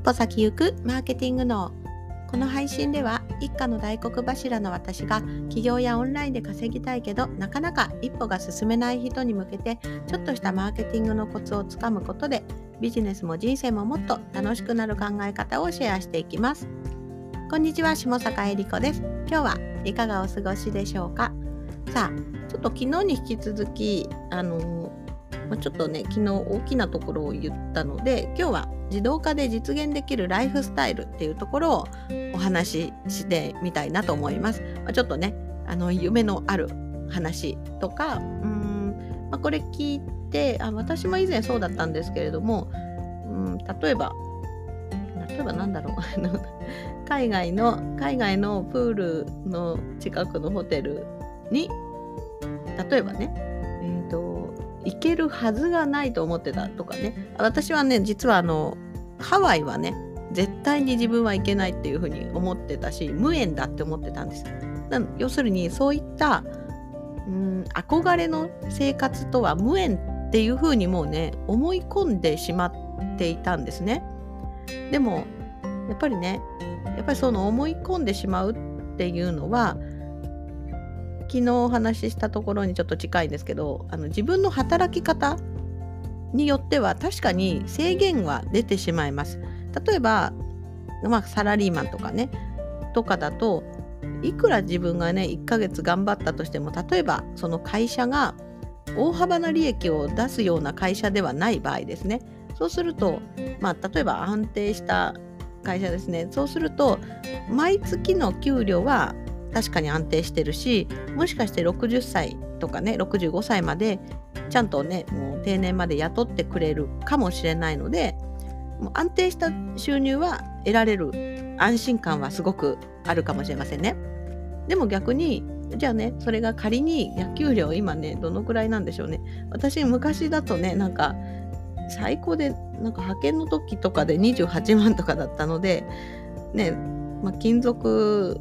歩先行くマーケティング脳。この配信では一家の大黒柱の私が起業やオンラインで稼ぎたいけどなかなか一歩が進めない人に向けてちょっとしたマーケティングのコツをつかむことでビジネスも人生ももっと楽しくなる考え方をシェアしていきます。こんにちは、下坂恵理子です。今日はいかがお過ごしでしょうか。さあ、ちょっと昨日に引き続きちょっとね、昨日大きなところを言ったので、今日は自動化で実現できるライフスタイルっていうところをお話ししてみたいなと思います。ちょっとね、夢のある話とか、これ聞いて、私も以前そうだったんですけれども、例えばなんだろう海外のプールの近くのホテルに例えばね、行けるはずがないと思ってたとかね。私はね、実はハワイはね、絶対に自分は行けないっていうふうに思ってたし、無縁だって思ってたんです。要するにそういった憧れの生活とは無縁っていうふうにもうね、思い込んでしまっていたんですね。でもやっぱりその思い込んでしまうっていうのは、昨日お話ししたところにちょっと近いんですけど、自分の働き方によっては確かに制限は出てしまいます。例えば、サラリーマンとかねとかだと、いくら自分がね1ヶ月頑張ったとしても、例えばその会社が大幅な利益を出すような会社ではない場合ですね。そうすると、例えば安定した会社ですね。そうすると毎月の給料は確かに安定してるし、もしかして60歳とかね65歳までちゃんとねもう定年まで雇ってくれるかもしれないので、もう安定した収入は得られる安心感はすごくあるかもしれませんね。でも逆にじゃあね、それが仮に給料今ねどのくらいなんでしょうね。私昔だとね最高で派遣の時とかで28万とかだったのでね、勤続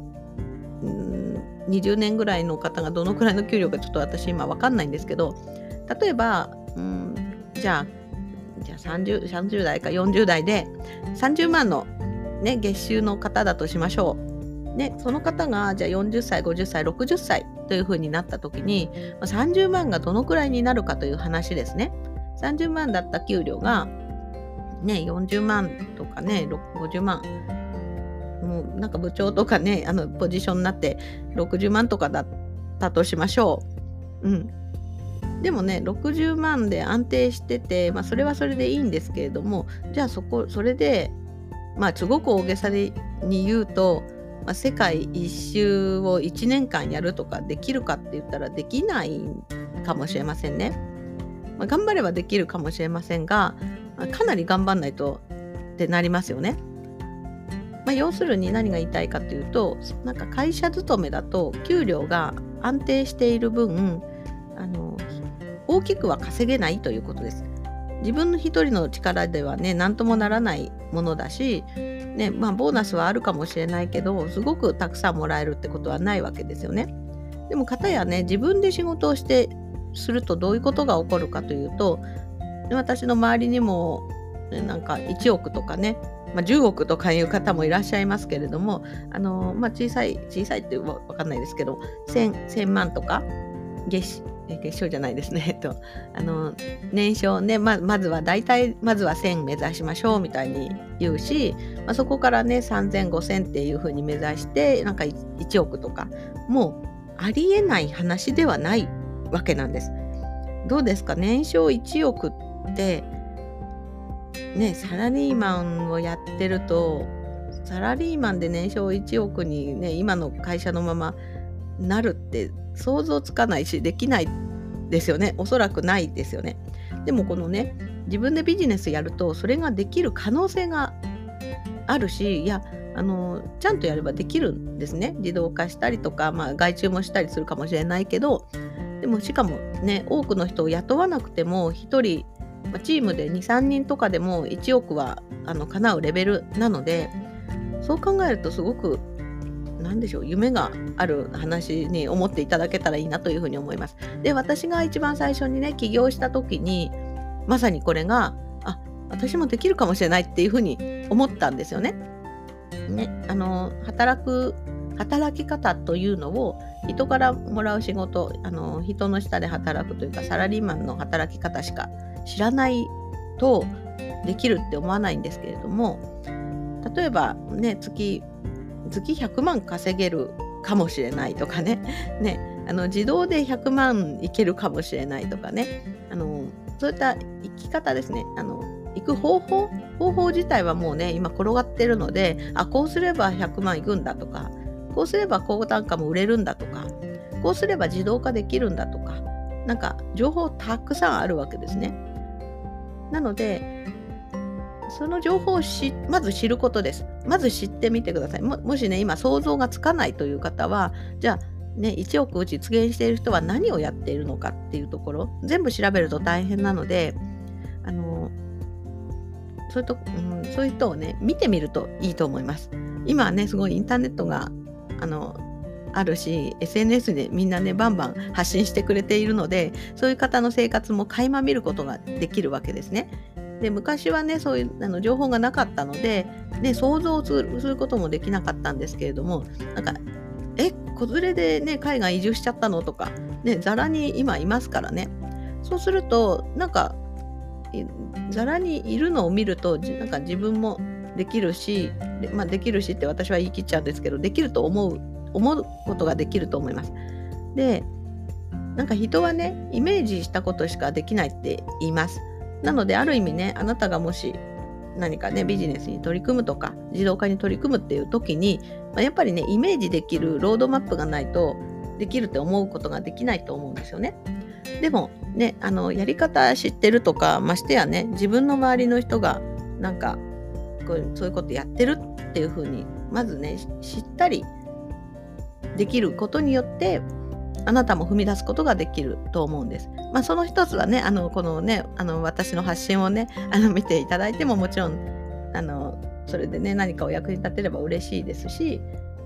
20年ぐらいの方がどのくらいの給料かちょっと私今分かんないんですけど、例えばじゃあ30代か40代で30万の、月収の方だとしましょう。その方がじゃあ40歳50歳60歳というふうになった時に、30万がどのくらいになるかという話ですね。30万だった給料が、40万とかね50万、もう部長とかねポジションになって60万とかだったとしましょう。でもね60万で安定してて、それはそれでいいんですけれども、じゃあそれですごく大げさに言うと、世界一周を1年間やるとかできるかって言ったらできないかもしれませんね。頑張ればできるかもしれませんが、かなり頑張んないとってなりますよね。要するに何が言いたいかというと、会社勤めだと給料が安定している分大きくは稼げないということです。自分の一人の力ではね何ともならないものだし、ボーナスはあるかもしれないけどすごくたくさんもらえるってことはないわけですよね。でも片やね自分で仕事をするとどういうことが起こるかというと、私の周りにも1億とかね、10億とかいう方もいらっしゃいますけれども、小さいって分かんないですけど1000万とか月賞じゃないですね年商ね、まずは1000目指しましょうみたいに言うし、そこからね3000、5000っていう風に目指して1億とか、もうありえない話ではないわけなんです。どうですか、年商1億ってサラリーマンをやってると、サラリーマンで年商1億に今の会社のままなるって想像つかないしできないですよね。おそらくないですよね。でもこの自分でビジネスやるとそれができる可能性があるし、ちゃんとやればできるんですね。自動化したりとか、外注もしたりするかもしれないけど、でもしかも多くの人を雇わなくても1人、チームで 2,3 人とかでも1億は叶うレベルなので、そう考えるとすごく夢がある話に思っていただけたらいいなというふうに思います。で、私が一番最初に起業した時にまさにこれが私もできるかもしれないっていうふうに思ったんですよね。働き方というのを人からもらう仕事、人の下で働くというかサラリーマンの働き方しか知らないとできるって思わないんですけれども、例えばね、月100万稼げるかもしれないとかね、自動で100万いけるかもしれないとかね、そういった生き方ですね、行く方法自体はもうね、今転がってるので、こうすれば100万いくんだとか、こうすれば高単価も売れるんだとか、こうすれば自動化できるんだとか、なんか情報たくさんあるわけですね。なので、その情報をまず知ることです。まず知ってみてください。もしね、今想像がつかないという方は、じゃあね、1億実現している人は何をやっているのかっていうところ、全部調べると大変なので、そういう人をね、見てみるといいと思います。今はね、すごいインターネットがあるし、 SNS でみんなねバンバン発信してくれているので、そういう方の生活も垣間見ることができるわけですね。で、昔はね、そういう情報がなかったので、ね、想像することもできなかったんですけれども、なんか子連れでね海外移住しちゃったのとかね、ざらに今いますからね。そうするとなんかざらにいるのを見ると、なんか自分もできるし、できるしって私は言い切っちゃうんですけど、できると思うことができると思います。で、なんか人はね、イメージしたことしかできないって言います。なのである意味ね、あなたがもし何かねビジネスに取り組むとか自動化に取り組むっていう時に、やっぱりねイメージできるロードマップがないとできるって思うことができないと思うんですよね。でもね、やり方知ってるとか、ましてやね、自分の周りの人がなんかそういうことやってるっていう風にまずね知ったりできることによって、あなたも踏み出すことができると思うんです。その一つはね、このね、私の発信をね、見ていただいてももちろん、それでね、何かお役に立てれば嬉しいですし、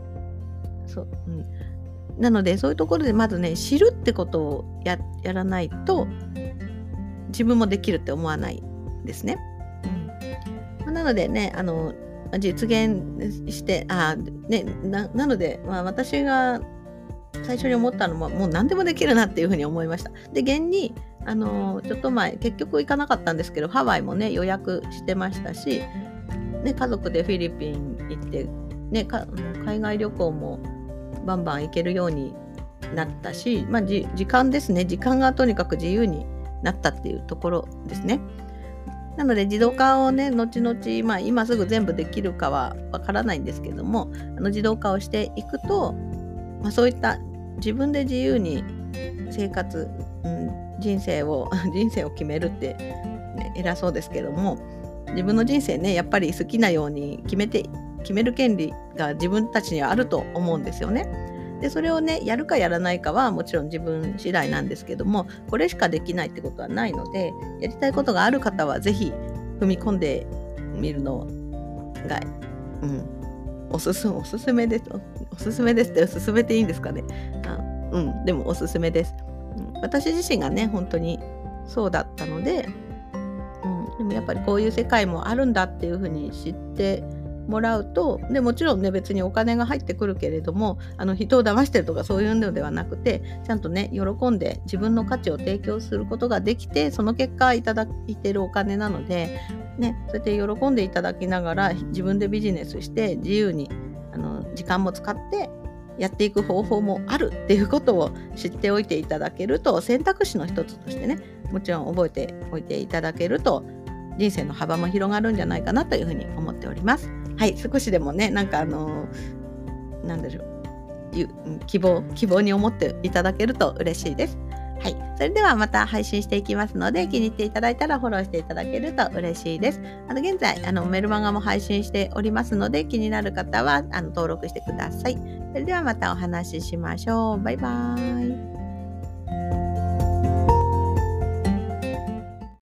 なので、そういうところでまずね、知るってことをやらないと、自分もできるって思わないですね。なのでね、実現して、なので、私が最初に思ったのは、もう何でもできるなっていうふうに思いました。で、現にちょっと前、結局行かなかったんですけど、ハワイもね予約してましたし、ね、家族でフィリピン行って、ね、海外旅行もバンバン行けるようになったし、時間ですね。時間がとにかく自由になったっていうところですね。なので自動化をね、後々、今すぐ全部できるかはわからないんですけども、自動化をしていくと、そういった自分で自由に生活、人生を決めるって、ね、偉そうですけども、自分の人生ね、やっぱり好きなように決める権利が自分たちにはあると思うんですよね。で、それをね、やるかやらないかはもちろん自分次第なんですけども、これしかできないってことはないので、やりたいことがある方はぜひ踏み込んでみるのが、おすすめです。おすすめですって勧めていいんですかね。でもおすすめです。私自身がね、本当にそうだったので、でもやっぱりこういう世界もあるんだっていうふうに知ってもらうと、でもちろんね、別にお金が入ってくるけれども、人を騙してるとかそういうのではなくて、ちゃんとね喜んで自分の価値を提供することができて、その結果いただいてるお金なので、ね、そうやって喜んでいただきながら自分でビジネスして自由に時間も使ってやっていく方法もあるっていうことを知っておいていただけると、選択肢の一つとしてね、もちろん覚えておいていただけると人生の幅も広がるんじゃないかなというふうに思っております。はい、少しでもね、なんかなんでしょう、希望に思っていただけると嬉しいです。はい、それではまた配信していきますので、気に入っていただいたらフォローしていただけると嬉しいです。現在メルマガも配信しておりますので、気になる方は登録してください。それではまたお話ししましょう。バイバーイ。